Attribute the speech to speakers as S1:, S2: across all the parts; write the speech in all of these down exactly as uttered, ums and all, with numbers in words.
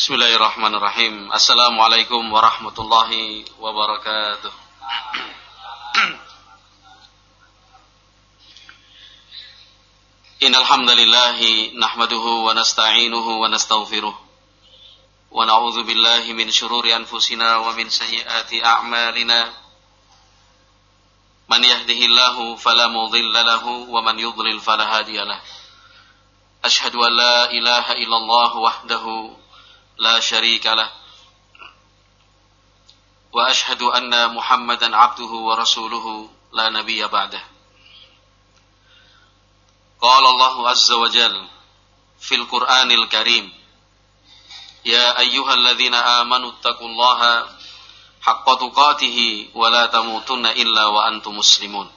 S1: Bismillahirrahmanirrahim. Assalamualaikum warahmatullahi wabarakatuh. Innal hamdalillahi nahmaduhu wa nasta'inuhu wa nastaghfiruh. Wa na'udzu billahi min shururi anfusina wa min sayyiati a'malina. Man yahdihillahu fala mudilla lahu wa man yudlil fala hadiyalah. Ashhadu an la ilaha illallah wahdahu la syarika lah wa ashhadu anna Muhammadan abduhu wa rasuluhu la nabiyya ba'dah. Qala Allahu azza wa jalla fil Qur'anil Karim, ya ayyuhalladzina amanu taqullaha haqqa tuqatih wa la tamutunna illa wa antum muslimun.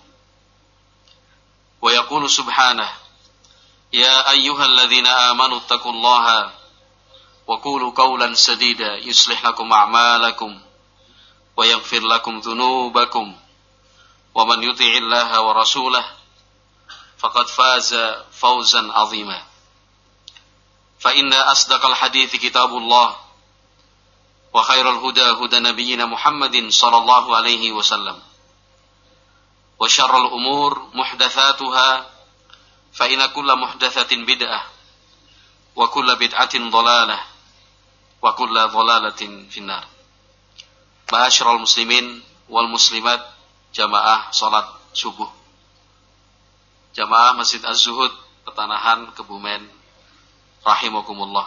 S1: Wa yaqulu subhanahu, ya ayyuhalladzina amanu taqullaha wa qulu qawlan sadida yuslih lakum a'malakum wa yaghfir lakum dhunubakum wa man yuti'illaha wa rasulahu faqad faza fawzan 'azima. Fa inna asdaqal hadithi kitabullah wa khairal huda huda nabiyyina Muhammadin sallallahu alaihi wasallam wa syarrul umur muhdatsatuha fa inna kulla muhdatsatin bid'ah wa kulla bid'atin dhalalah wa kulla dhalalatin finnar. Ma'asyiral muslimin wal muslimat, jamaah salat subuh, jamaah Masjid Az-Zuhud Petanahan Kebumen rahimakumullah,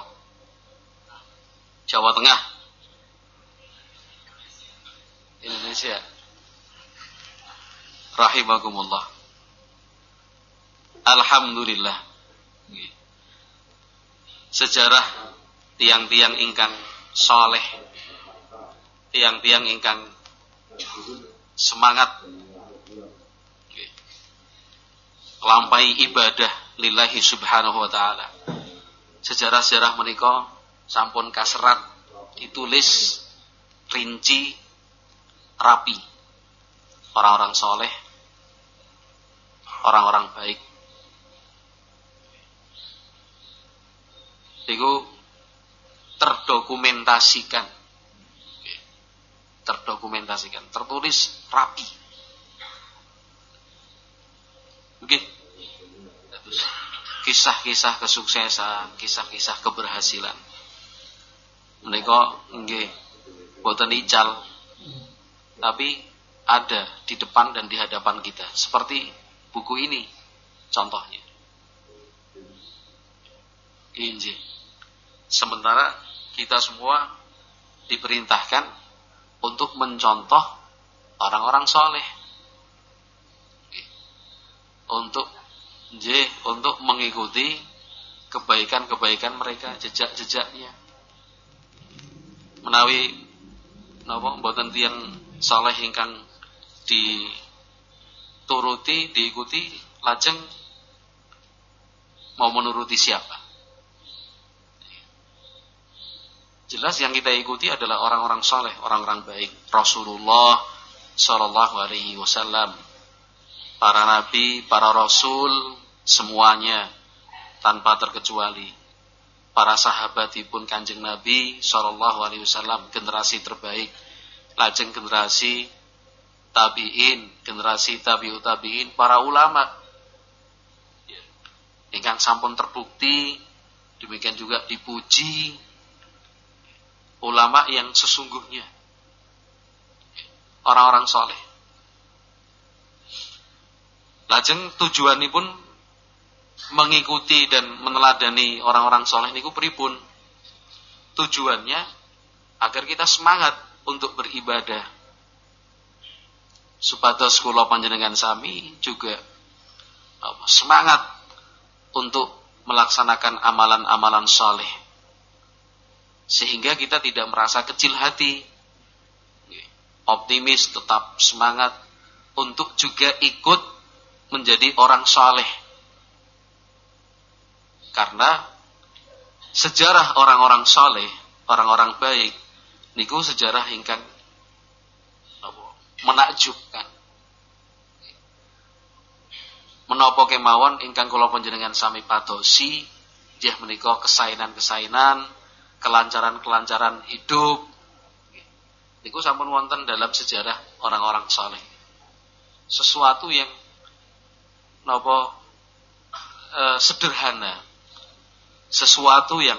S1: Jawa Tengah, Indonesia rahimakumullah. Alhamdulillah, sejarah tiang-tiang ingkang soleh, tiang-tiang ingkang semangat lampai ibadah lillahi subhanahu wa ta'ala. Sejarah-sejarah menika sampun kaserat, ditulis rinci, rapi, orang-orang soleh, orang-orang baik. Itu terdokumentasikan, terdokumentasikan, tertulis rapi. Oke, kisah-kisah kesuksesan, kisah-kisah keberhasilan. Menika nggih boten ical, tapi ada di depan dan di hadapan kita. Seperti buku ini, contohnya. Injil. Sementara kita semua diperintahkan untuk mencontoh orang-orang soleh, untuk j, untuk mengikuti kebaikan-kebaikan mereka, jejak-jejaknya. Menawi napa mboten tiyang soleh ingkang dituruti, diikuti, lajeng mau menuruti siapa? Jelas yang kita ikuti adalah orang-orang soleh, orang-orang baik. Rasulullah Sallallahu Alaihi Wasallam, para nabi, para rasul, semuanya tanpa terkecuali. Para sahabatipun Kanjeng Nabi Sallallahu Alaihi Wasallam, generasi terbaik. Lajeng generasi tabiin, generasi tabiut tabiin, para ulama ingkang sampun terbukti, demikian juga dipuji. Ulama yang sesungguhnya, orang-orang soleh. Lajeng tujuanipun mengikuti dan meneladani orang-orang soleh niku pripun? Tujuannya agar kita semangat untuk beribadah. Supados kula panjenengan sami juga semangat untuk melaksanakan amalan-amalan soleh, sehingga kita tidak merasa kecil hati, optimis, tetap semangat untuk juga ikut menjadi orang saleh. Karena sejarah orang-orang saleh, orang-orang baik niku sejarah ingkang menakjubkan. Menapa kemawon ingkang kula panjenengan sami padosi, nggih menika kesainan-kesainan, kelancaran-kelancaran hidup. Niku sampun wonten dalam sejarah orang-orang saleh. Sesuatu yang napa e, sederhana. Sesuatu yang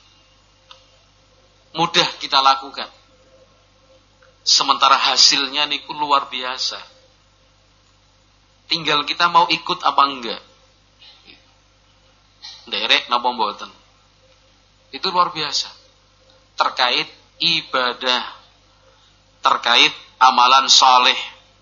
S1: mudah kita lakukan. Sementara hasilnya niku luar biasa. Tinggal kita mau ikut apa enggak. Nderek napa mboten. Itu luar biasa. Terkait ibadah, terkait amalan saleh.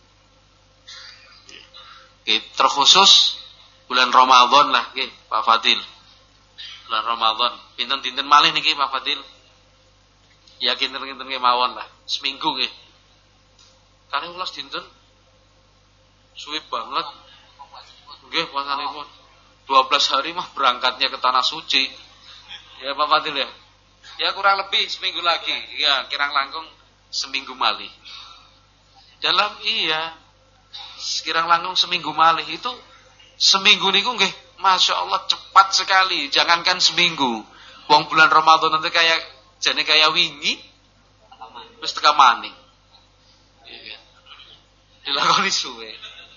S1: Terkhusus bulan Ramadan lah nggih, Pak Fadil. Bulan Ramadan, pinten dinten malih niki Pak Fadil? Ya kinten-kinten kemawon lah, seminggu nggih. Kalih welas dinten. Suwe banget. Nggih, puasanipun. dua belas hari mah berangkatnya ke tanah suci. Ya Pak Fadil ya. Ya kurang lebih seminggu lagi. Ya, kirang langkung seminggu malih. Dalam iya kirang langkung seminggu malih itu seminggu niku nggih Masya Allah cepat sekali. Jangankan seminggu. Wong bulan Ramadan nanti kayak jane kayak wingi wis tekan maning. Iya. Dilakoni suwe.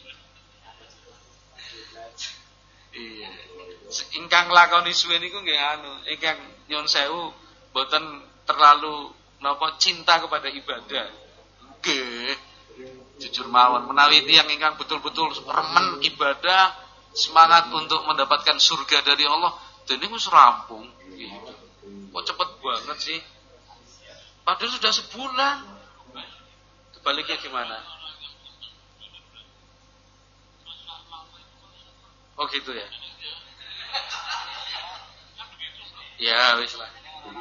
S1: Iya. Ingkang lakoni suwe niku nggih anu, ingkang nyuwun sewu mboten terlalu napa cinta kepada ibadah. Nggih. Jujur mawon menawi tiyang ingkang betul-betul remen ibadah, semangat untuk mendapatkan surga dari Allah, dene wis rampung. Gitu. Kok cepet banget sih? Padahal sudah sebulan. Kebaliknya gimana? Oh gitu ya. Ya wis lah.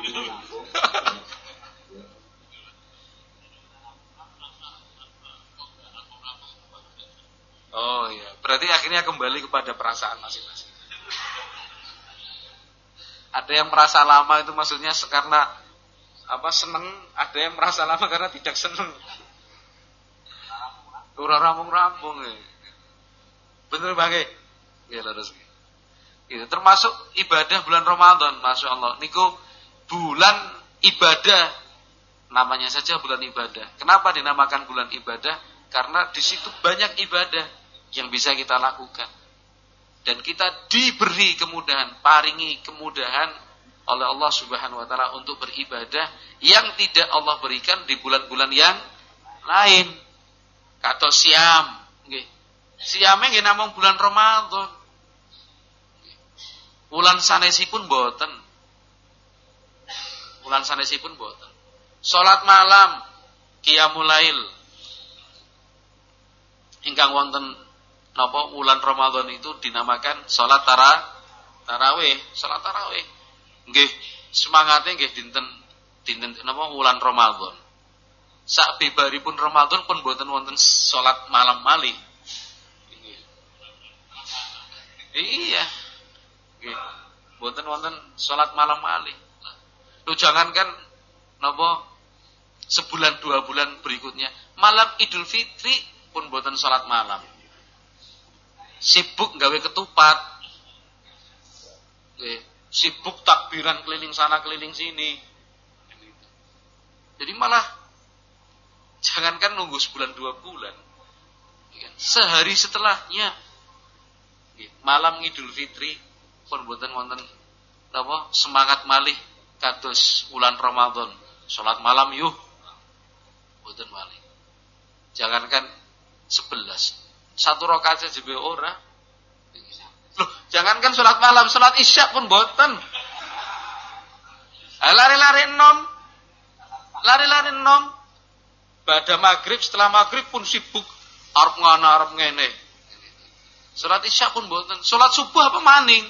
S1: Oh iya, berarti akhirnya kembali kepada perasaan masing-masing. Ada yang merasa lama itu maksudnya karena apa seneng, ada yang merasa lama karena tidak seneng. Ora rampung-rampung ya. Bener banget. Ya terus. Itu termasuk ibadah bulan Ramadan, Masya Allah. Niku bulan ibadah, namanya saja bulan ibadah. Kenapa dinamakan bulan ibadah? Karena di situ banyak ibadah yang bisa kita lakukan. Dan kita diberi kemudahan, paringi kemudahan oleh Allah Subhanahu wa taala untuk beribadah yang tidak Allah berikan di bulan-bulan yang lain. Kados siam, nggih. Siame nggih namung bulan Ramadan. Bulan sanesipun boten. Bulan sanesipun boten. Salat malam, qiyamul lail. Ingkang wonten napa bulan Ramadan itu dinamakan salat tara tarawih, salat tarawih. Nggih, semangate nggih dinten dinten napa bulan Ramadan. Sak bibaripun Ramadan pun boten wonten salat malam malih. Iya. Nggih. Boten wonten salat malam malih. Lu jangankan napa sebulan dua bulan berikutnya, malam Idul Fitri pun boten salat malam. Sibuk gawe ketupat. Nggih, sibuk takbiran keliling sana keliling sini. Jadi malah jangankan nunggu sebulan dua bulan, sehari setelahnya malam Idul Fitri pun boten wonten napa semangat malih kados bulan Ramadan. Salat malam yuh boten malih. Jangankan sebelas, satu rakaat saja ora. Loh, jangankan salat malam, salat Isya pun boten. Lari-lari nom. Lari-lari nom. Pada maghrib, setelah maghrib pun sibuk arep ngono arep ngene. Salat Isya pun boten. Salat subuh apa maning?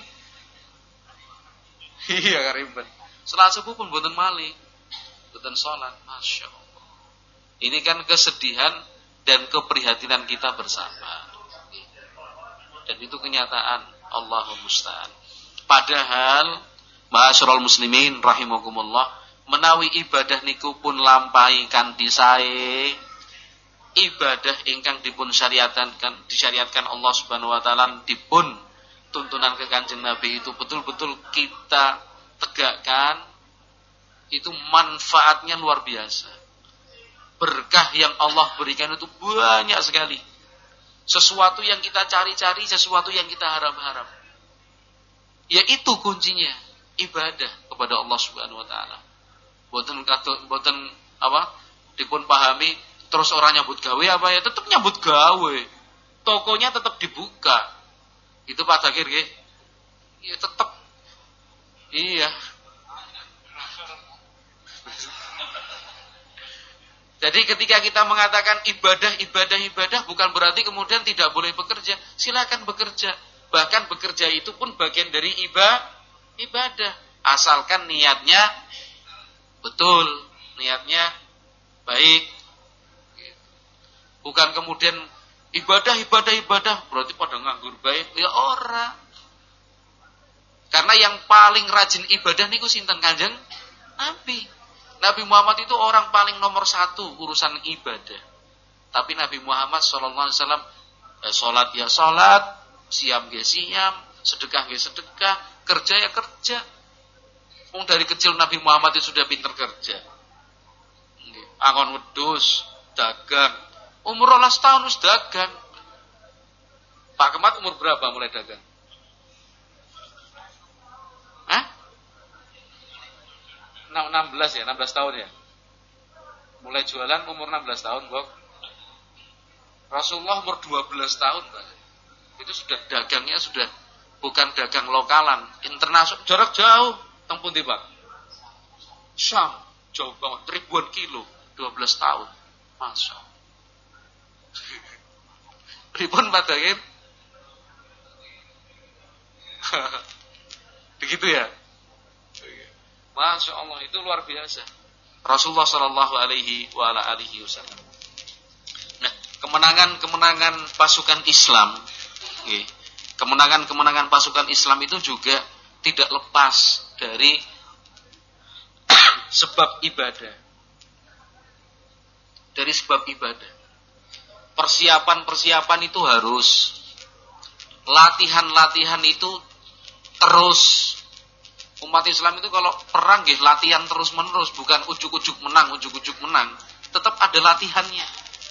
S1: Iya kariben. Salat subuh pun boten malih. Boten salat, Masya Allah. Ini kan kesedihan dan keprihatinan kita bersama. Dan itu kenyataan, Allahumma musta'an. Padahal ma'asyiral muslimin rahimakumullah, menawi ibadah niku pun lampahi kanthi sae, ibadah ingkang dipun syariatkan disyariatkan Allah Subhanahu wa taala dipun tuntunan ke Kanjeng Nabi itu betul-betul kita tegakkan, itu manfaatnya luar biasa. Berkah yang Allah berikan itu banyak sekali. Sesuatu yang kita cari-cari, sesuatu yang kita harap-harap. Ya itu kuncinya, ibadah kepada Allah Subhanahu wa taala. Boten boten apa? Dipun pahami terus orang nyambut gawe apa ya? Tetap nyambut gawe. Tokonya tetap dibuka. Itu Pak Dakir nggih. Ya tetap. Iya. Jadi ketika kita mengatakan ibadah, ibadah, ibadah, bukan berarti kemudian tidak boleh bekerja. Silakan bekerja. Bahkan bekerja itu pun bagian dari ibadah. Asalkan niatnya betul, niatnya baik. Bukan kemudian ibadah, ibadah, ibadah, berarti pada nganggur baik. Ya ora. Karena yang paling rajin ibadah niku sinten Kanjeng Nabi. Nabi Muhammad itu orang paling nomor satu urusan ibadah. Tapi Nabi Muhammad shallallahu alaihi wasallam eh, sholat ya sholat, siam ya siam, sedekah ya sedekah, kerja ya kerja. Wong dari kecil Nabi Muhammad itu sudah pinter kerja. Angon wedhus, dagang. Umur rolas tahun wis dagang. Pak Kemat umur berapa mulai dagang? Hah? enam belas ya, enam belas tahun ya. Mulai jualan umur enam belas tahun, Bok. Rasulullah umur dua belas tahun, Pak. Itu sudah dagangnya sudah bukan dagang lokalan, internasional, jarak jauh. Teng pundi, Pak? Syam, jauh banget, ribuan kilo, dua belas tahun. Masya Allah. Pripun Pak Dakir? Begitu ya? Masya Allah, itu luar biasa. Rasulullah Shallallahu Alaihi Wasallam. Nah, kemenangan-kemenangan pasukan Islam, kemenangan-kemenangan pasukan Islam itu juga tidak lepas dari sebab ibadah. Dari sebab ibadah. Persiapan-persiapan itu harus, latihan-latihan itu terus. Umat Islam itu kalau perang nggih latihan terus-menerus, bukan ujuk-ujuk menang, ujuk-ujuk menang. Tetap ada latihannya.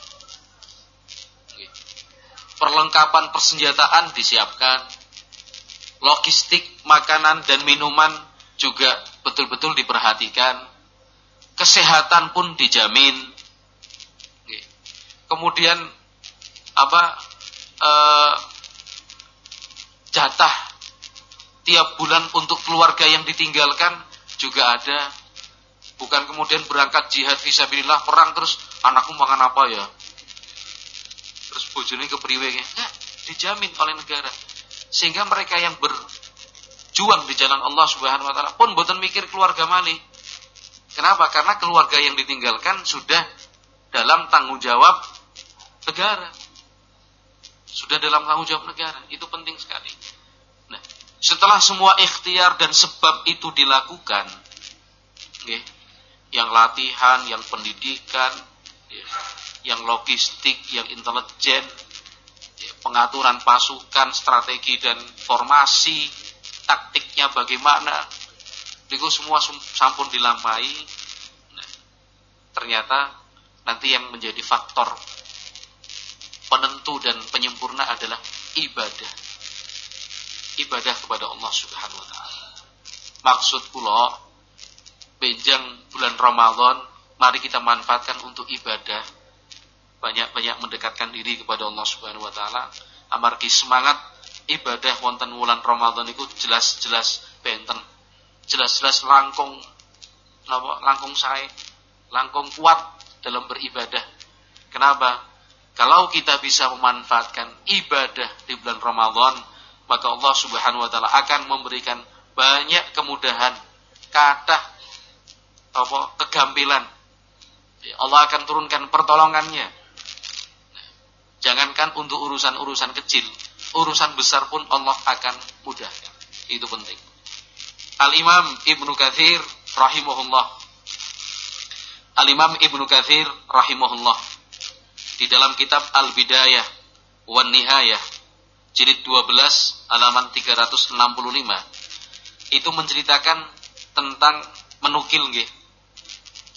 S1: Perlengkapan persenjataan disiapkan. Logistik makanan dan minuman juga betul-betul diperhatikan. Kesehatan pun dijamin. Kemudian apa eh, jatah tiap bulan untuk keluarga yang ditinggalkan juga ada. Bukan kemudian berangkat jihad fisabilillah perang terus anakmu makan apa ya? Terus bojone kepriwe ya? Enggak, dijamin oleh negara. Sehingga mereka yang berjuang di jalan Allah Subhanahu wa taala pun boten mikir keluarga malih. Kenapa? Karena keluarga yang ditinggalkan sudah dalam tanggung jawab negara. Sudah dalam tanggung jawab negara. Itu penting sekali. Nah, setelah semua ikhtiar dan sebab itu dilakukan, okay, yang latihan, yang pendidikan, yang logistik, yang intelijen, pengaturan pasukan, strategi dan formasi, taktiknya bagaimana, itu semua sampun dilampaui. Nah, ternyata nanti yang menjadi faktor penentu dan penyempurna adalah ibadah. Ibadah kepada Allah Subhanahu wa taala. Maksud kula benjang bulan Ramadan, mari kita manfaatkan untuk ibadah. Banyak-banyak mendekatkan diri kepada Allah Subhanahu wa taala. Amargi semangat ibadah wonten wulan Ramadan itu jelas-jelas benten. Jelas-jelas langkung napa langkung sae, langkung kuat dalam beribadah. Kenapa? Kalau kita bisa memanfaatkan ibadah di bulan Ramadan, maka Allah Subhanahu wa taala akan memberikan banyak kemudahan, kathah apa kegampilan. Allah akan turunkan pertolongannya. Jangankan untuk urusan-urusan kecil, urusan besar pun Allah akan mudahkan. Itu penting. Al-Imam Ibnu Katsir rahimahullah. Al-Imam Ibnu Katsir rahimahullah di dalam kitab Al-Bidayah wan Nihayah jilid dua belas halaman tiga ratus enam puluh lima itu menceritakan tentang menukil nggih,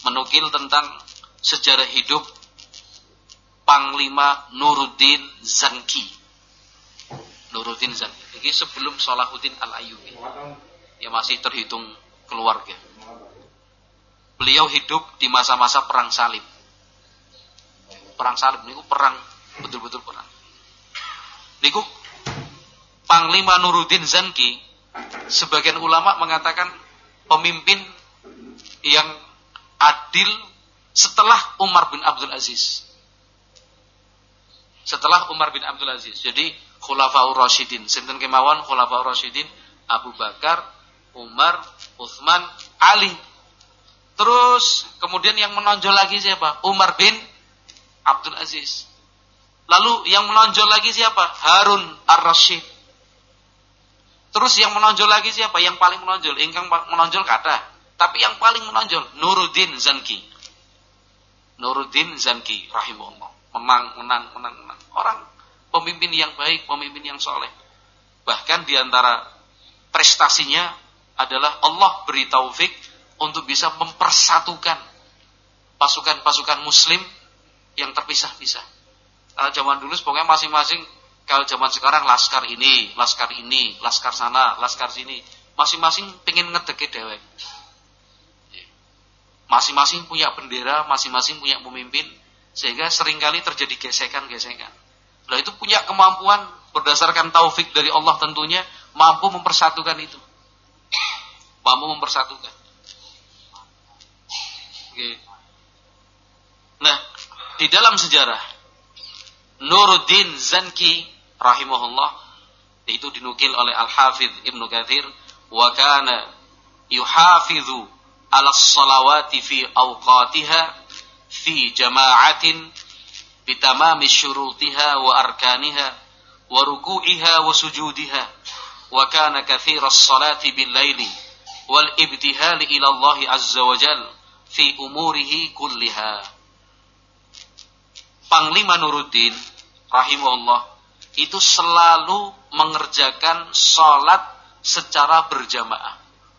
S1: menukil tentang sejarah hidup Panglima Nuruddin Zanki. Nuruddin Zanki. Ini sebelum Salahuddin Al-Ayyubi. Ya masih terhitung keluarga. Beliau hidup di masa-masa perang salib. Perang salib niku perang, betul-betul perang. Niku Panglima Nuruddin Zanki, sebagian ulama mengatakan pemimpin yang adil setelah Umar bin Abdul Aziz. Setelah Umar bin Abdul Aziz. Jadi Khulafaur Rasyidin, sinten kemawon Khulafaur Rasyidin, Abu Bakar, Umar, Utsman, Ali. Terus kemudian yang menonjol lagi siapa? Umar bin Abdul Aziz. Lalu yang menonjol lagi siapa? Harun Ar-Rasyid. Terus yang menonjol lagi siapa? Yang paling menonjol, ingkang menonjol kata. Tapi yang paling menonjol Nuruddin Zanki. Nuruddin Zanki rahimahullah. Menang, menang, menang, menang. Orang pemimpin yang baik, pemimpin yang soleh. Bahkan diantara prestasinya adalah Allah beri taufik untuk bisa mempersatukan pasukan-pasukan muslim yang terpisah-pisah. Kalau zaman dulu pokoknya masing-masing, kalau zaman sekarang laskar ini, laskar ini, laskar sana, laskar sini, masing-masing pengen ngedeke dewek. Masing-masing punya bendera, masing-masing punya pemimpin, sehingga seringkali terjadi gesekan-gesekan. Nah itu punya kemampuan berdasarkan taufik dari Allah tentunya, mampu mempersatukan itu. Mampu mempersatukan. Oke. Nah, di dalam sejarah Nuruddin Zanki rahimahullah itu dinukil oleh Al-Hafidh Ibnu Katsir, wa kana yuhafidhu ala sholawati fi awqatiha fi jama'atin bitamami syurutiha wa arkaniha wa ruku'iha wa sujudiha wa kana katsiras salati bil laili wal ibtihali ila Allah azza wa jalla fi umurihi kulliha. Panglima Nuruddin rahimahullah itu selalu mengerjakan salat secara berjamaah,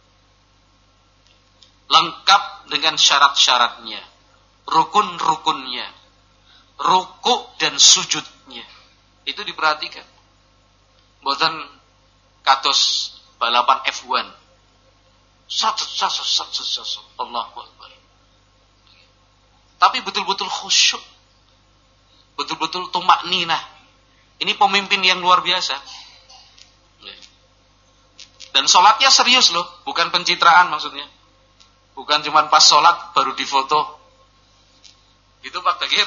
S1: lengkap dengan syarat-syaratnya, rukun-rukunnya, ruku dan sujudnya. Itu diperhatikan. Mboten kados balapan F satu. Satu, satu, satu, satu, Allahu Akbar. Tapi betul-betul khusyuk, betul-betul tumak ninah. Ini pemimpin yang luar biasa. Dan sholatnya serius loh, bukan pencitraan maksudnya. Bukan cuma pas sholat baru difoto. Itu Pak Takir.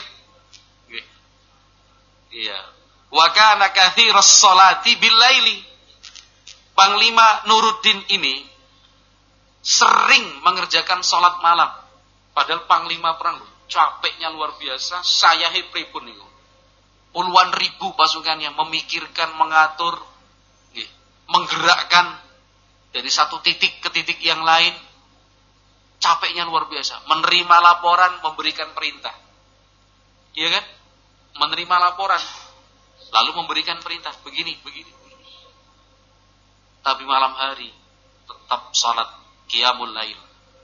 S1: Iya. Wa kana katsiras sholati bil laili. Panglima Nuruddin ini sering mengerjakan sholat malam. Padahal panglima perang capeknya luar biasa, sayahe pripun niku. Puluhan ribu pasukannya memikirkan, mengatur, nggih, menggerakkan dari satu titik ke titik yang lain. Capeknya luar biasa. Menerima laporan, memberikan perintah. Iya kan? Menerima laporan, lalu memberikan perintah, begini, begini, begini. Tapi malam hari tetap salat qiyamul lail.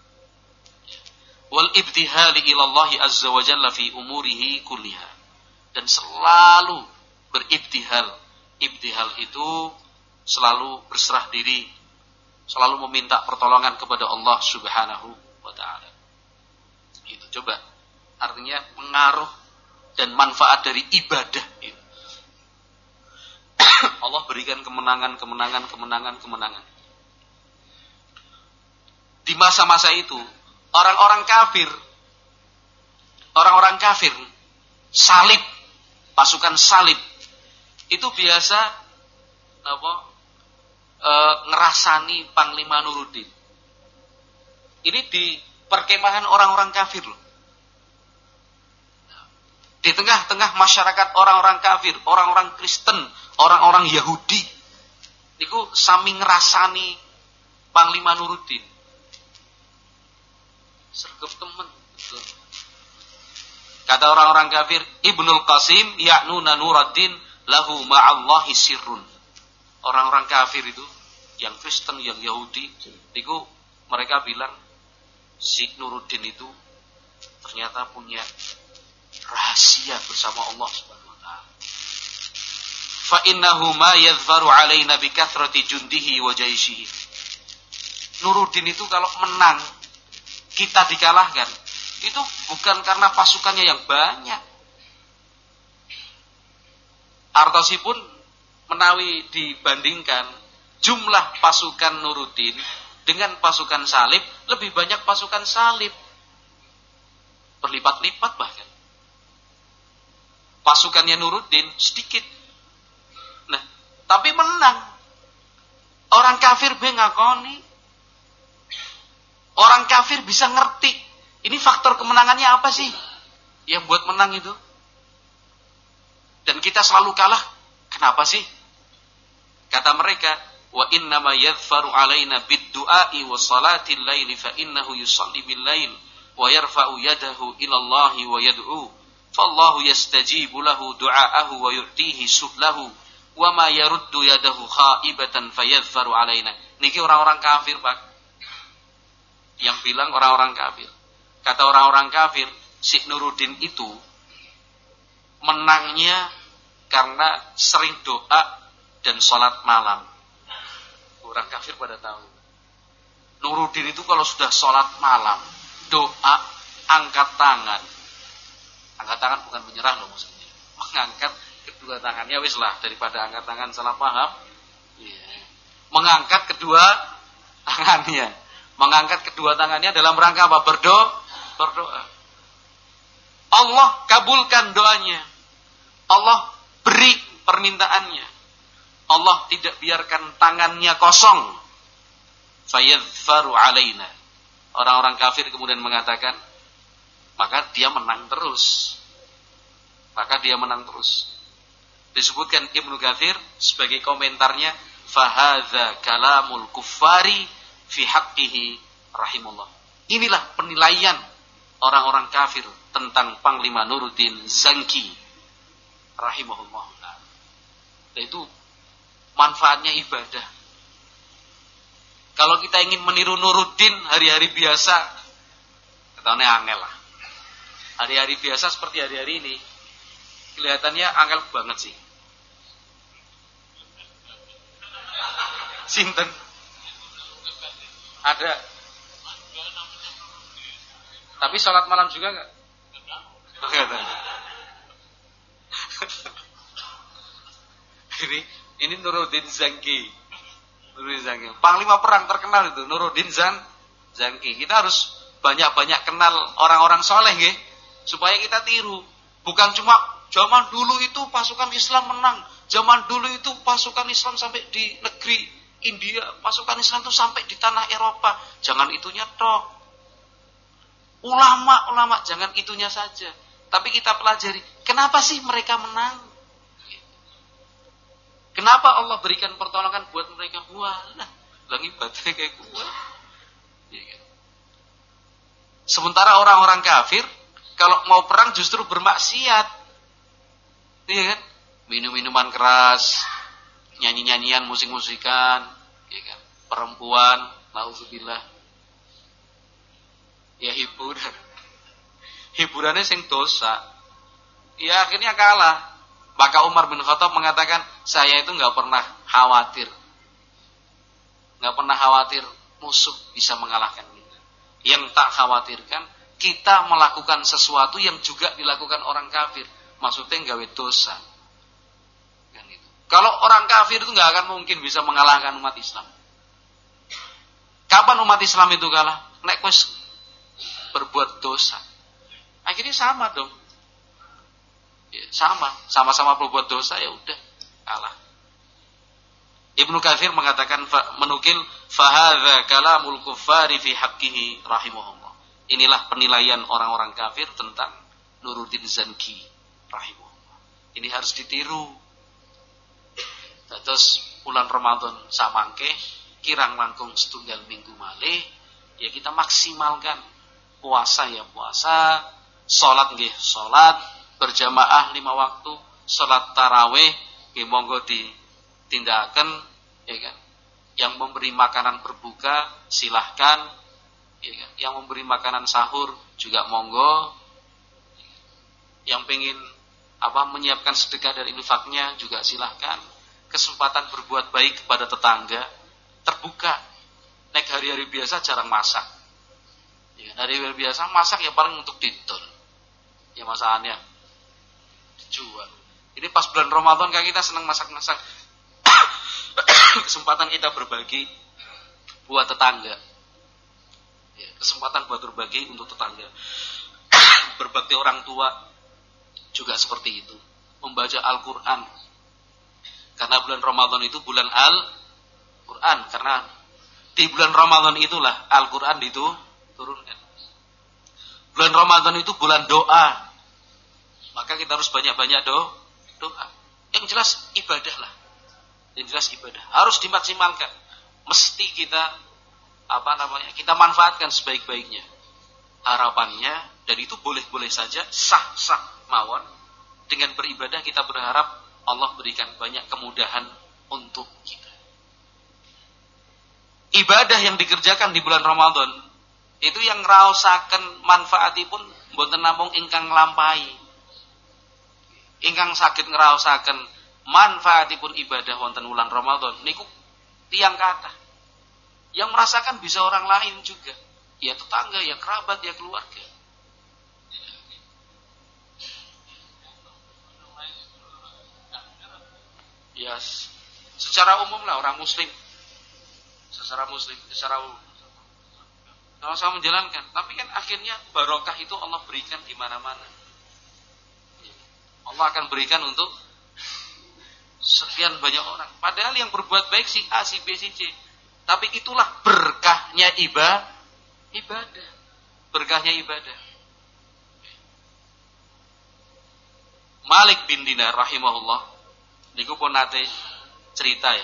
S1: Wal ibtihali ila Allah azza wa jalla fi umurihi kulliha. Dan selalu beribtihal. Ibtihal itu selalu berserah diri, selalu meminta pertolongan kepada Allah Subhanahu wa taala. Itu coba artinya pengaruh dan manfaat dari ibadah itu. Allah berikan kemenangan, kemenangan, kemenangan, kemenangan. Di masa-masa itu orang-orang kafir, orang-orang kafir, salib, pasukan salib, itu biasa apa, e, ngerasani Panglima Nuruddin. Ini di perkemahan orang-orang kafir loh. Di tengah-tengah masyarakat orang-orang kafir, orang-orang Kristen, orang-orang Yahudi, itu sami ngerasani Panglima Nuruddin. Sergap temen. Betul. Kata orang-orang kafir, Ibnul Qasim ya'nuna Nuruddin lahu ma'allahi sirrun. Orang-orang kafir itu, yang Kristen, yang Yahudi, itu mereka bilang si Nuruddin itu ternyata punya rahasia bersama Allah Subhanahu wa taala. Fa innahu ma yadhfaru alaina bi kathrati jundihi wa jaishihi. Nuruddin itu kalau menang, kita dikalahkan, itu bukan karena pasukannya yang banyak. Artosipun menawi dibandingkan jumlah pasukan Nuruddin dengan pasukan Salib, lebih banyak pasukan Salib, berlipat-lipat bahkan. Pasukannya Nuruddin sedikit. Nah, tapi menang. Orang kafir be ngakoni. Orang kafir bisa ngerti. Ini faktor kemenangannya apa sih yang buat menang itu? Dan kita selalu kalah. Kenapa sih? Kata mereka, wa innama yadhfaru alaina bid-du'ai wa salatil laili fa innahu yusalli bil lail wa yarfa'u yadahu ila Allah wa yad'u fallahu yastajibu lahu du'aahu wa yu'tihi sublahu wa ma yaruddu yadahu khaibatan fayadhfaru alaina. Niki orang-orang kafir, Pak. Yang bilang orang-orang kafir. Kata orang-orang kafir, si Nuruddin itu menangnya karena sering doa dan sholat malam. Orang kafir pada tahu. Nuruddin itu kalau sudah sholat malam, doa, angkat tangan. Angkat tangan bukan menyerah loh maksudnya. Mengangkat kedua tangannya, wis lah, daripada angkat tangan salah paham. Yeah. Mengangkat kedua tangannya. Mengangkat kedua tangannya dalam rangka apa? Berdoa. Berdoa. Allah kabulkan doanya. Allah beri permintaannya. Allah tidak biarkan tangannya kosong. Fayadhfaru alaina. Orang-orang kafir kemudian mengatakan, maka dia menang terus. Maka dia menang terus. Disebutkan Ibnu Katsir sebagai komentarnya, fahadza kalamul kuffari fi haqqihi rahimullah. Inilah penilaian orang-orang kafir tentang Panglima Nuruddin Zanki rahimahullah. Dan itu manfaatnya ibadah. Kalau kita ingin meniru Nuruddin hari-hari biasa, ketahuannya angel lah. Hari-hari biasa seperti hari-hari ini, kelihatannya angel banget sih. Sinten? Ada. Tapi sholat malam juga enggak? Enggak. Ini ini Nuruddin Zanki. Nuruddin Zanki. Panglima perang terkenal itu Nuruddin Zan Zanki. Kita harus banyak-banyak kenal orang-orang soleh nggih, supaya kita tiru. Bukan cuma zaman dulu itu pasukan Islam menang, zaman dulu itu pasukan Islam sampai di negeri India, pasukan Islam itu sampai di tanah Eropa. Jangan itunya toh. Ulama-ulama jangan itunya saja. Tapi kita pelajari, kenapa sih mereka menang? Kenapa Allah berikan pertolongan buat mereka? Wah, lagi baterai kayak gue. Sementara orang-orang kafir kalau mau perang justru bermaksiat. Iya kan? Minum-minuman keras, nyanyi-nyanyian, musik-musikan, ya kan? Perempuan, nauzubillah. Ya hiburan. Hiburannya sing dosa. Ya akhirnya kalah. Maka Umar bin Khattab mengatakan, saya itu enggak pernah khawatir. Enggak pernah khawatir musuh bisa mengalahkan kita. Yang tak khawatirkan, kita melakukan sesuatu yang juga dilakukan orang kafir. Maksudnya gawe dosa. Kalau orang kafir itu nggak akan mungkin bisa mengalahkan umat Islam. Kapan umat Islam itu kalah? Nek wis berbuat dosa. Akhirnya sama dong. Ya, sama, sama-sama berbuat dosa ya udah kalah. Ibnu Katsir mengatakan menukil fahadza kalamul kuffari fi haqqihi rahimahullah. Inilah penilaian orang-orang kafir tentang Nuruddin Zanki rahimahullah. Ini harus ditiru. Terus bulan Ramadan samangke kirang langkung setunggal minggu malih, ya kita maksimalkan puasa ya puasa, salat nggih salat, berjamaah lima waktu, salat tarawih nggih monggo ditindakaken, ya kan. Yang memberi makanan berbuka silahkan, Ya kan? Yang memberi makanan sahur juga monggo. Yang pengen apa menyiapkan sedekah dari infaknya juga silahkan. Kesempatan berbuat baik kepada tetangga terbuka. Nek hari-hari biasa jarang masak. Ya, hari-hari biasa masak ya paling untuk didol. Ya masakannya dijual. Ini pas bulan Ramadan kan kita senang masak-masak. Kesempatan kita berbagi buat tetangga. Ya, kesempatan buat berbagi untuk tetangga. Berbakti orang tua juga seperti itu. Membaca Al-Quran. Karena bulan Ramadan itu bulan Al-Quran. Karena di bulan Ramadan itulah Al-Quran itu turunkan. Bulan Ramadan itu bulan doa. Maka kita harus banyak-banyak do, doa. Yang jelas ibadah lah. Yang jelas ibadah. Harus dimaksimalkan. Mesti kita apa namanya? Kita manfaatkan sebaik-baiknya. Harapannya dan itu boleh-boleh saja, sah-sah mawon. Dengan beribadah kita berharap Allah berikan banyak kemudahan untuk kita. Ibadah yang dikerjakan di bulan Ramadan itu yang ngraosaken manfaatipun mboten namung ingkang nglampahi. Ingkang saged ngraosaken manfaatipun ibadah wonten wulan Ramadan niku tiyang kathah. Yang merasakan bisa orang lain juga. Ya tetangga, ya kerabat, ya keluarga. Ya secara umum lah orang muslim. Secara muslim, secara umum. Sama-sama menjalankan. Tapi kan akhirnya barokah itu Allah berikan di mana-mana. Allah akan berikan untuk sekian banyak orang. Padahal yang berbuat baik si A, si B, si C. Tapi itulah berkahnya ibadah. Ibadah. Berkahnya ibadah. Malik bin Dinar rahimahullah. Niku pun nate cerita ya.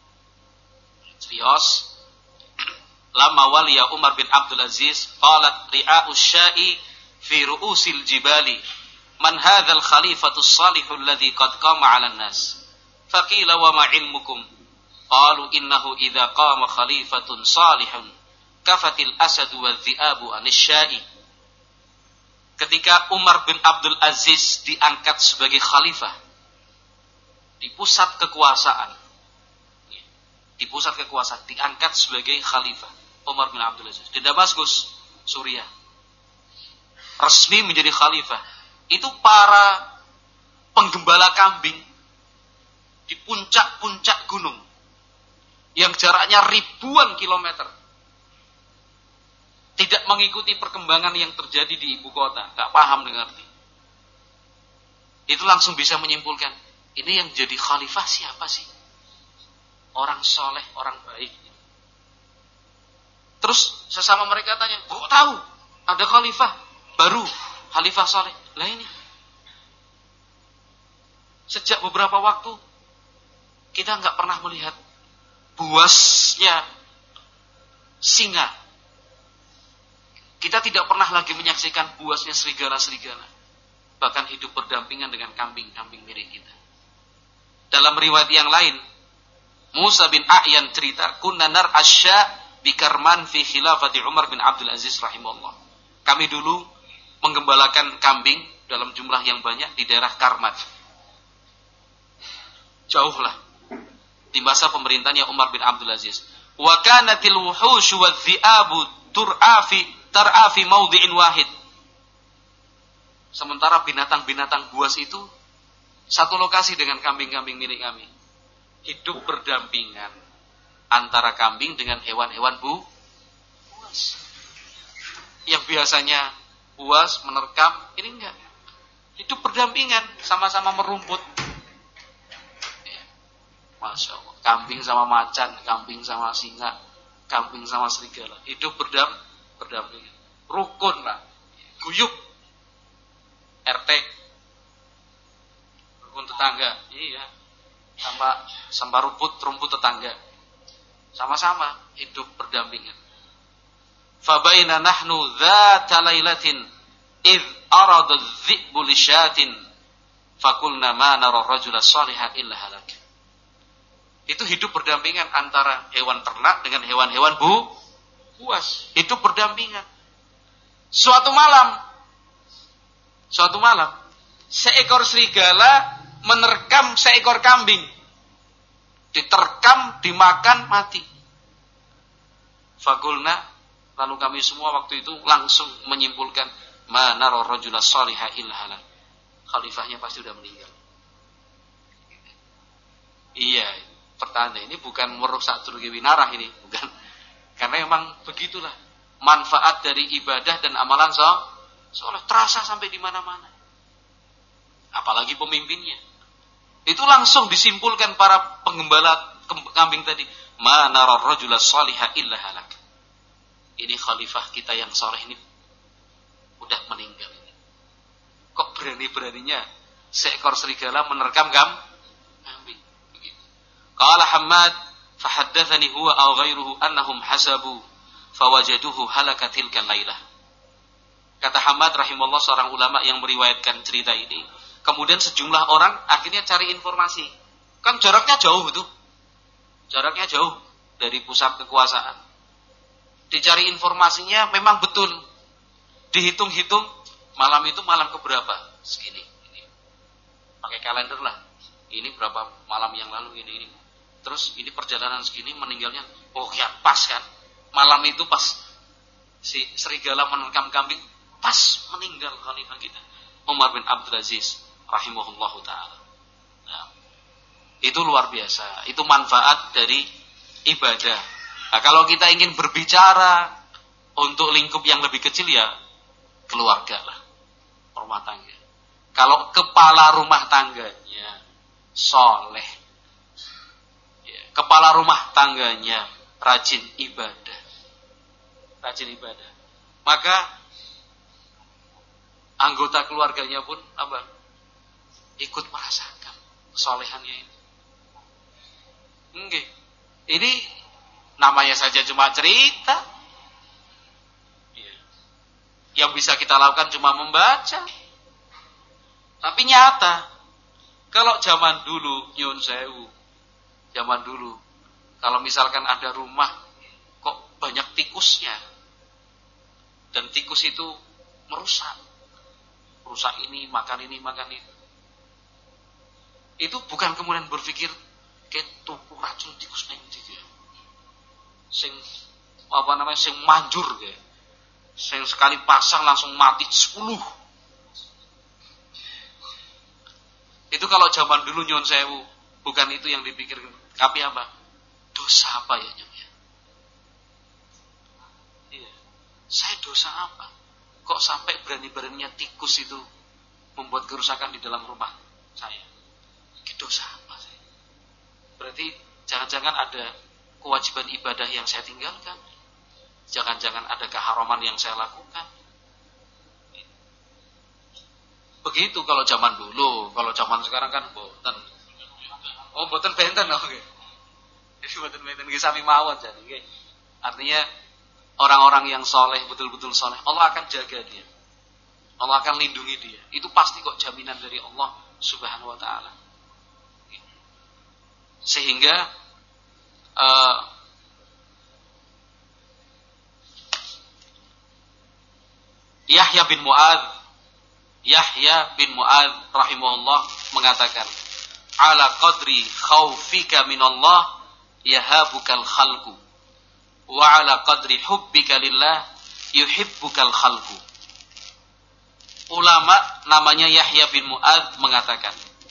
S1: Serius. Lama waliya Umar bin Abdul Aziz qalat ri'a'us sya'i fi ru'usil jibali man hadzal khalifatus salihul ladzi qad qama 'alan nas faqila wa ma 'ilmukum qalu innahu idza qama khalifatun salihun kafatil asadu wadh-dhi'abu 'anil sya'i. Ketika Umar bin Abdul Aziz diangkat sebagai khalifah di pusat kekuasaan, di pusat kekuasaan diangkat sebagai khalifah Umar bin Abdul Aziz di Damaskus, Suriah, resmi menjadi khalifah. Itu para penggembala kambing di puncak-puncak gunung yang jaraknya ribuan kilometer, tidak mengikuti perkembangan yang terjadi di ibu kota, gak paham ngerti. Itu langsung bisa menyimpulkan, ini yang jadi khalifah siapa sih? Orang soleh, orang baik. Terus sesama mereka tanya, kok tahu ada khalifah baru, khalifah soleh? Lah ini sejak beberapa waktu kita nggak pernah melihat buasnya singa. Kita tidak pernah lagi menyaksikan buasnya serigala-serigala. Bahkan hidup berdampingan dengan kambing-kambing milik kita. Dalam riwayat yang lain, Musa bin A'yan cerita, kunna nar asya bikarman fi khilafati Umar bin Abdul Aziz rahimahullah. Kami dulu menggembalakan kambing dalam jumlah yang banyak di daerah Karmat. Jauh lah di masa pemerintahannya Umar bin Abdul Aziz. Wa kanatil wuhushu wadh-dhi'abu tur'afi tar'afi maudhi'in wahid. Sementara binatang-binatang buas itu satu lokasi dengan kambing-kambing milik kami. Hidup berdampingan antara kambing dengan hewan-hewan bu buas. Yang biasanya buas menerkam, ini enggak. Hidup berdampingan, sama-sama merumput. Ya. Masya Allah. Kambing sama macan, kambing sama singa, kambing sama serigala. Hidup berdam, berdampingan. Rukun lah. Guyup. R T. Rukun tetangga. Iya. Sama sama rumput, rumput tetangga. Sama-sama hidup berdampingan. Fabaina nahnu dzata lailatin id arada adh-dhi'bu li syatin fakulna ma nara rajula shalihan illa halak. Itu hidup berdampingan antara hewan ternak dengan hewan-hewan bu puas, hidup berdampingan. Suatu malam, suatu malam, seekor serigala menerkam seekor kambing. Diterkam, dimakan, mati. Fakulna, lalu kami semua waktu itu langsung menyimpulkan, ma nara rajula shaliha illa halal. Khalifahnya pasti sudah meninggal. Iya, pertanda ini bukan merusak turgi winarah ini, bukan. Karena memang begitulah manfaat dari ibadah dan amalan so, soleh terasa sampai di mana-mana. Apalagi pemimpinnya. Itu langsung disimpulkan para penggembala kambing tadi, ma nara rajula shaliha illa halak. Ini khalifah kita yang soleh ini udah meninggal. Kok berani-beraninya seekor serigala menerkam kambing? Begitu. Qala Hammad fahaddatsani huwa aw ghairuhu annahum hasabu fawajaduhu halaka tilka lailah. Kata Hammad rahimahullah, seorang ulama yang meriwayatkan cerita ini, kemudian sejumlah orang akhirnya cari informasi. Kan jaraknya jauh itu. Jaraknya jauh dari pusat kekuasaan. Dicari informasinya memang betul. Dihitung-hitung malam itu malam keberapa? Segini. Ini. Pakai kalender lah. Ini berapa malam yang lalu ini. ini. Terus ini perjalanan segini meninggalnya. Oh ya pas kan. Malam itu pas si serigala menerkam kambing. Pas meninggal khalifah kita. Umar bin Abdul Aziz rahimahullahu ta'ala. Nah, itu luar biasa. Itu manfaat dari ibadah. Nah, kalau kita ingin berbicara untuk lingkup yang lebih kecil ya keluarga lah, rumah tangga. Kalau kepala rumah tangganya soleh, ya, kepala rumah tangganya rajin ibadah, rajin ibadah, maka anggota keluarganya pun apa? Ikut merasakan kesolehannya ini. Enggak. Ini namanya saja cuma cerita. Ya. Yang bisa kita lakukan cuma membaca. Tapi nyata. Kalau zaman dulu, nyun sewu, zaman dulu, kalau misalkan ada rumah kok banyak tikusnya, dan tikus itu merusak, merusak ini, makan ini, makan itu. Itu bukan kemudian berpikir kayak tuku racun tikus neng gitu ya. Sing apa namanya sing manjur kayak. Sing sekali pasang langsung mati sepuluh. Itu kalau zaman dulu nyun sewu, bukan itu yang dipikirkan. Tapi apa? Dosa apa ya nyun ya? Iya. Saya dosa apa? Kok sampai berani-beraninya tikus itu membuat kerusakan di dalam rumah saya? Dosa apa saya? Berarti jangan-jangan ada kewajiban ibadah yang saya tinggalkan. Jangan-jangan ada keharaman yang saya lakukan. Begitu kalau zaman dulu. Kalau zaman sekarang kan boten. Oh boten benten oke. Okay. Jadi boten benten nggih sami mawon jadi nggih. Artinya orang-orang yang soleh, betul-betul soleh, Allah akan jaga dia. Allah akan lindungi dia. Itu pasti kok jaminan dari Allah Subhanahu wa taala. Sehingga uh, Yahya bin Mu'adz Yahya bin Mu'adz rahimahullah mengatakan, ala qadri khaufika minallah yahabukal khalqu wa ala qadri hubbika lillah yuhibbukal khalqu. Ulama namanya Yahya bin Mu'adz mengatakan,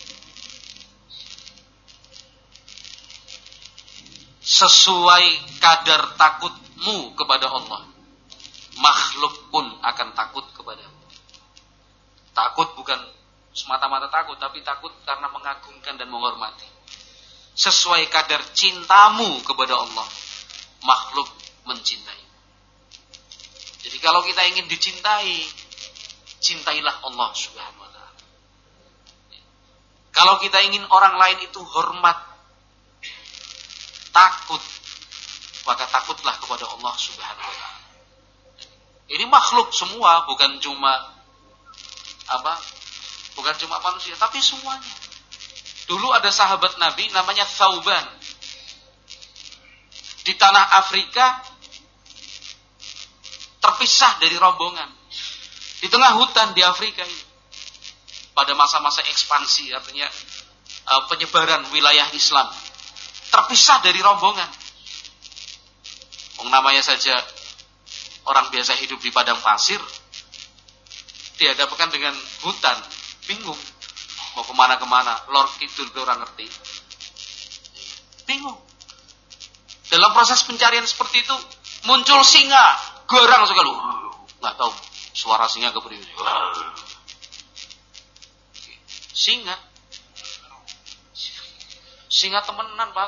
S1: sesuai kadar takutmu kepada Allah, makhluk pun akan takut kepada Allah. Takut bukan semata-mata takut, tapi takut karena mengagungkan dan menghormati. Sesuai kadar cintamu kepada Allah, makhluk mencintai. Jadi kalau kita ingin dicintai, cintailah Allah Subhanahu wa taala. Kalau kita ingin orang lain itu hormat, takut, maka takutlah kepada Allah Subhanahu wa taala. Ini makhluk semua, bukan cuma apa? Bukan cuma manusia, tapi semuanya. Dulu ada sahabat Nabi namanya Thauban. Di tanah Afrika terpisah dari rombongan. Di tengah hutan di Afrika ini. Pada masa-masa ekspansi, artinya uh, penyebaran wilayah Islam. Terpisah dari rombongan. Namanya saja orang biasa hidup di padang pasir, dihadapkan dengan hutan, bingung. Mau kemana-kemana, lor kidul orang ngerti. Bingung. Dalam proses pencarian seperti itu, muncul singa, garang sekali. Nggak tahu suara singa kepriwe. Singa. Singa temenan, Pak.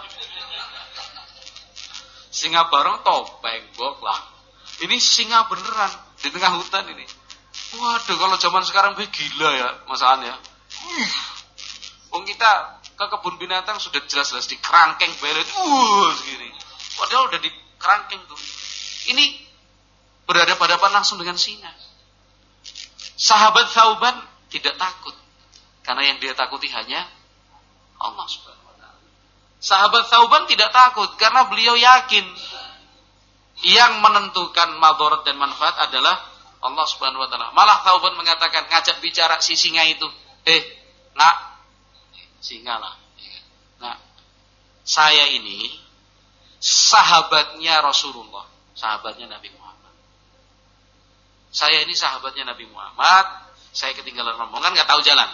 S1: Singa bareng topeng, gok lah. Ini singa beneran di tengah hutan ini. Waduh, kalau zaman sekarang be gila ya masalahnya. Wong kita ke kebun binatang sudah jelas-jelas di kerangkeng beret, uh, segini. Padahal udah di kerangkeng tuh. Ini berhadapan-hadapan langsung dengan singa. Sahabat Thauban tidak takut, karena yang dia takuti hanya Allah Subhanahu wa taala. Sahabat Thauban tidak takut karena beliau yakin yang menentukan madarat dan manfaat adalah Allah Subhanahu wa taala. Malah Thauban mengatakan, ngajak bicara si singa itu, "Eh, nak, singa lah. Nah, saya ini sahabatnya Rasulullah, sahabatnya Nabi Muhammad. Saya ini sahabatnya Nabi Muhammad. Saya ketinggalan rombongan, nggak tahu jalan."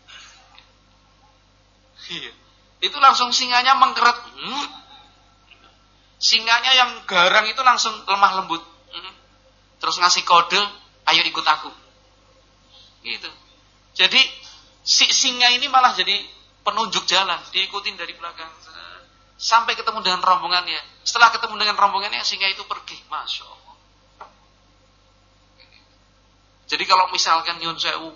S1: Itu langsung singanya mengkeret. Hmm. Singanya yang garang itu langsung lemah lembut. Hmm. Terus ngasih kode, "Ayo ikut aku." Gitu. Jadi si singa ini malah jadi penunjuk jalan, diikutin dari belakang sampai ketemu dengan rombongannya. Setelah ketemu dengan rombongannya, singa itu pergi. Masya Allah. Jadi kalau misalkan nyun sewu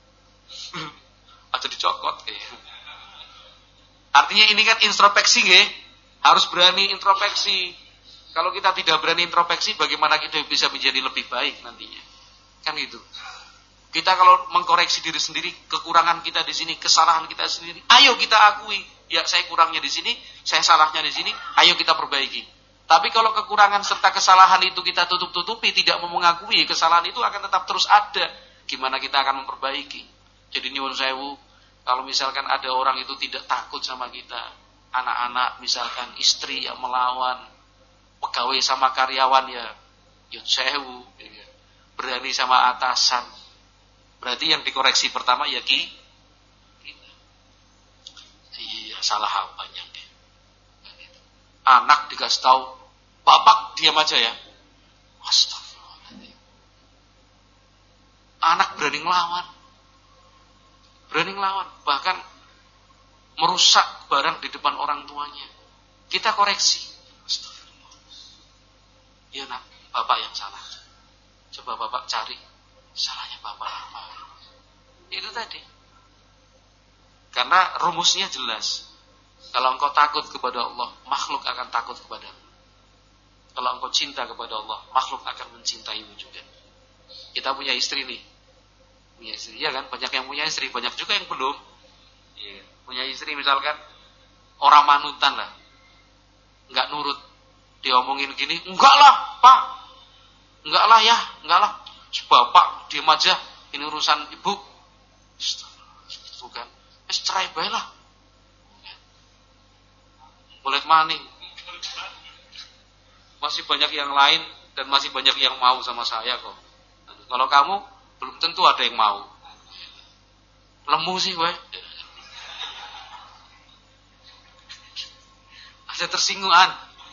S1: atau dicokot, eh. Artinya ini kan introspeksi, nggih. Harus berani introspeksi. Kalau kita tidak berani introspeksi, bagaimana kita bisa menjadi lebih baik nantinya? Kan gitu. Kita kalau mengkoreksi diri sendiri, kekurangan kita di sini, kesalahan kita sendiri, ayo kita akui, ya saya kurangnya di sini, saya salahnya di sini, ayo kita perbaiki. Tapi kalau kekurangan serta kesalahan itu kita tutup-tutupi, tidak mau mengakui, kesalahan itu akan tetap terus ada. Gimana kita akan memperbaiki? Jadi nyuwun sewu, kalau misalkan ada orang itu tidak takut sama kita, anak-anak misalkan, istri yang melawan, pegawai sama karyawan ya, nyuwun sewu, ya, berani sama atasan. Berarti yang dikoreksi pertama ya ki, kita. Iya, salah apanya? Anak dikasih tahu, bapak diam aja ya. Astagfirullahaladzim. Anak berani ngelawan, berani ngelawan, bahkan merusak barang di depan orang tuanya. Kita koreksi. Astagfirullah. Ya nak, bapak yang salah. Coba bapak cari salahnya bapak apa. Itu tadi. Karena rumusnya jelas. Kalau engkau takut kepada Allah, makhluk akan takut kepadamu. Kalau engkau cinta kepada Allah, makhluk akan mencintaimu juga. Kita punya istri nih. Punya istri, ya kan? Banyak yang punya istri, banyak juga yang belum. Ya. Punya istri misalkan orang manutan lah. Enggak nurut. Diomongin gini, enggak lah, Pak. Enggak lah ya, enggak lah. Bapak, diam aja. Ini urusan ibu. Bukan. Es cerai bae lah. Boleh maning. Masih banyak yang lain dan masih banyak yang mau sama saya kok. Kalau kamu belum tentu ada yang mau. Lemu sih gue. Ada tersinggungan.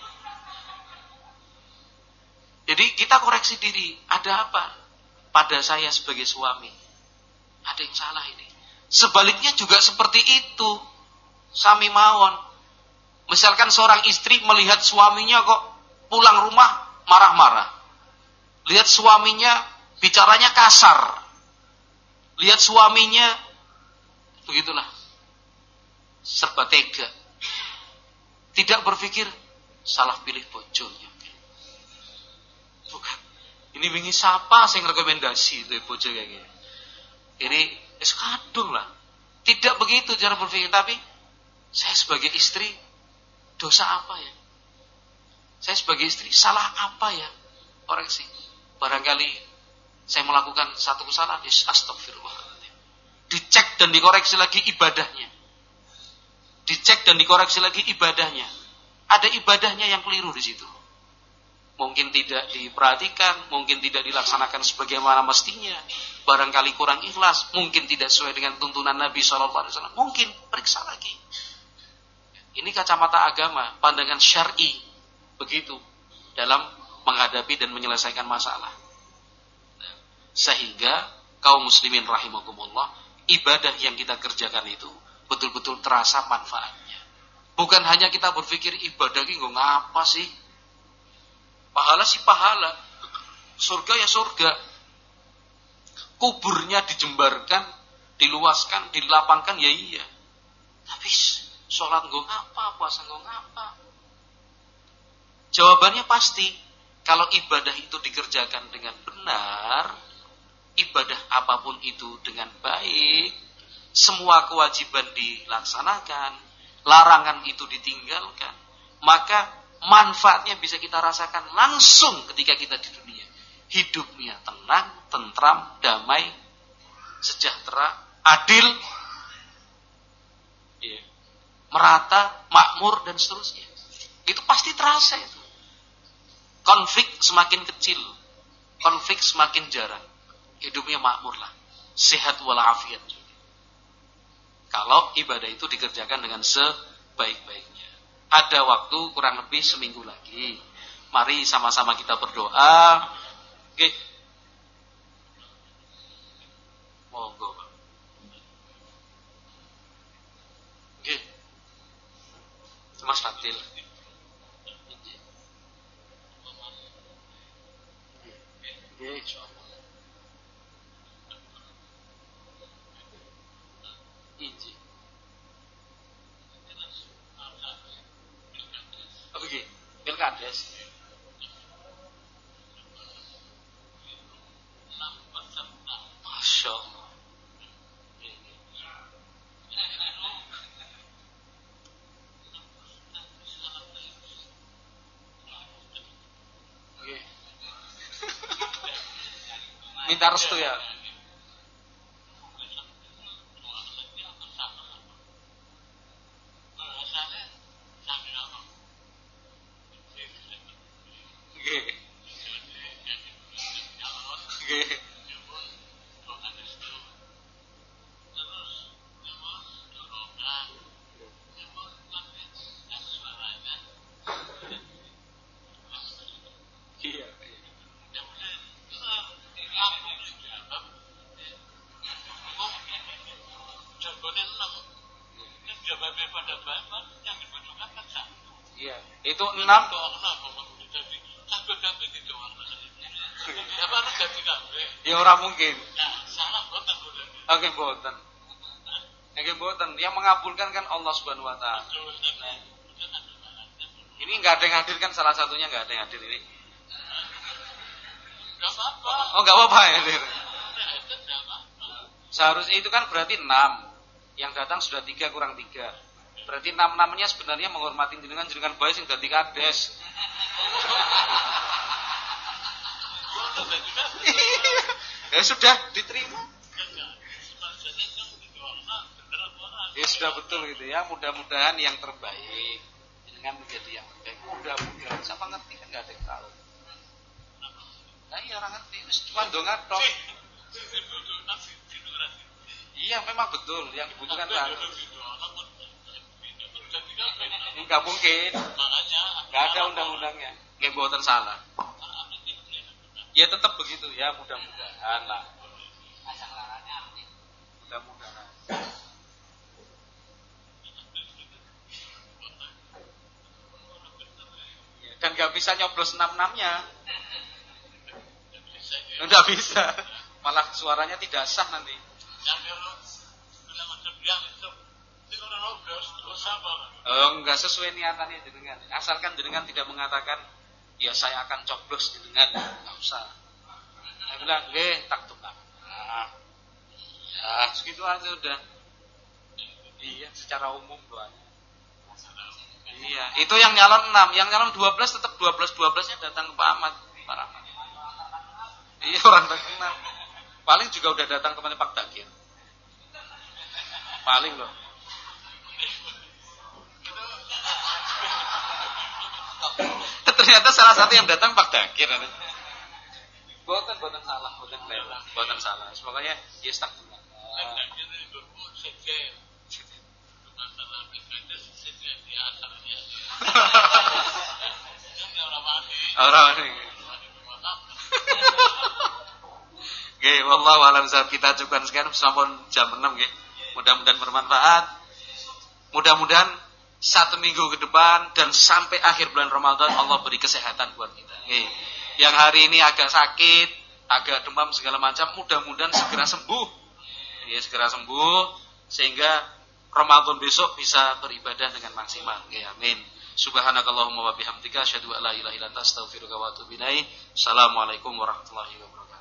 S1: Jadi kita koreksi diri. Ada apa pada saya sebagai suami? Ada yang salah ini. Sebaliknya juga seperti itu. Sami mawon. Misalkan seorang istri melihat suaminya kok pulang rumah marah-marah. Lihat suaminya bicaranya kasar. Lihat suaminya begitulah. Serba tega. Tidak berpikir salah pilih bojonya. Bukan. Ini wingi siapa sing rekomendasi itu bojo kayak gini. Ini es kadung lah. Tidak begitu cara berpikir, tapi saya sebagai istri dosa apa ya? Saya sebagai istri salah apa ya? Koreksi. Barangkali saya melakukan satu kesalahan, astagfirullahaladzim. Dicek dan dikoreksi lagi ibadahnya. Dicek dan dikoreksi lagi ibadahnya. Ada ibadahnya yang keliru di situ. Mungkin tidak diperhatikan, mungkin tidak dilaksanakan sebagaimana mestinya. Barangkali kurang ikhlas, mungkin tidak sesuai dengan tuntunan Nabi shallallahu alaihi wasallam. Mungkin periksa lagi. Ini kacamata agama, pandangan syar'i, begitu dalam menghadapi dan menyelesaikan masalah. Sehingga kaum muslimin rahimakumullah, ibadah yang kita kerjakan itu betul-betul terasa manfaatnya. Bukan hanya kita berpikir ibadah ini nggak ngapa sih, pahala sih pahala, surga ya surga. Kuburnya dijembarkan, diluaskan, dilapangkan ya iya. Tapi sholat nggak ngapa, puasa nggak ngapa. Jawabannya pasti, kalau ibadah itu dikerjakan dengan benar, ibadah apapun itu dengan baik, semua kewajiban dilaksanakan, larangan itu ditinggalkan, maka manfaatnya bisa kita rasakan langsung ketika kita di dunia. Hidupnya tenang, tentram, damai, sejahtera, adil, ya, merata, makmur, dan seterusnya. Itu pasti terasa itu. Konflik semakin kecil, konflik semakin jarang, hidupnya makmur lah, sehat walafiat. Kalau ibadah itu dikerjakan dengan sebaik-baiknya. Ada waktu kurang lebih seminggu lagi. Mari sama-sama kita berdoa. Oke. Monggo. Oke. Mas Fadil. Oke, insyaallah. Iji. Apa iki? Pilkades. Masya Allah. Oke. Minta restu ya. Iya, itu enam. Ya orang mungkin. Oke, boten. Oke, boten. Yang mengabulkan kan Allah Subhanahu Wa Taala. Ini nggak ada yang hadir kan, salah satunya nggak ada yang hadir ini. Oh, nggak apa-apa ya. Seharusnya itu kan berarti enam. Yang datang sudah tiga kurang tiga. Berarti enam namanya sebenarnya menghormati jenengan jenengan baik sing dadi kades. Ya sudah diterima. Ya sudah betul gitu ya. Mudah-mudahan yang terbaik jenengan menjadi yang terbaik. Mudah-mudahan siapa ngerti kan nggak ada yang tahu. Nah iya orang ngerti. Cuma donga tok. Iya memang betul yang dibutuhkan satu. Enggak mungkin. Enggak ada undang-undangnya. Nggak boten salah. Ya tetap begitu ya, mudah-mudahan lah. Mudah-mudahan. Ya, dan nggak bisa nyoblos enam-enamnya. Enggak bisa. Malah suaranya tidak sah nanti. Oh, enggak sesuai niatannya jenengan. Asalkan jenengan tidak mengatakan, ya saya akan coblos jenengan, enggak usah. Saya bilang, "Nggih, tak tukang." Nah, ya, segitu aja udah. Iya, secara umum doanya. Iya, itu yang nyalon enam, yang nyalon dua belas tetap dua belas dua belas-nya datang ke Pak Ahmad, Pak Rahmat. Iya, orang terkenal. Paling juga udah datang ke mana Pak Dakir. Paling loh. Ternyata salah satu yang datang Pak Dakir. Bukan, bukan salah, bukan salah, bukan salah. Semuanya ya stuck. Orang ini. Oke, wallahu a'lam bishawab. Kita cukupkan sekian sampai jam enam nggih. Mudah-mudahan bermanfaat. Mudah-mudahan satu minggu ke depan dan sampai akhir bulan Ramadan Allah beri kesehatan buat kita. Nggih. Yang hari ini agak sakit, agak demam segala macam, mudah-mudahan segera sembuh. Ya, segera sembuh sehingga Ramadan besok bisa beribadah dengan maksimal. Ya, amin. Subhanakallahumma wa bihamdika asyhadu an la ilaha illa anta astaghfiruka wa atubu ilaik. Assalamualaikum warahmatullahi wabarakatuh.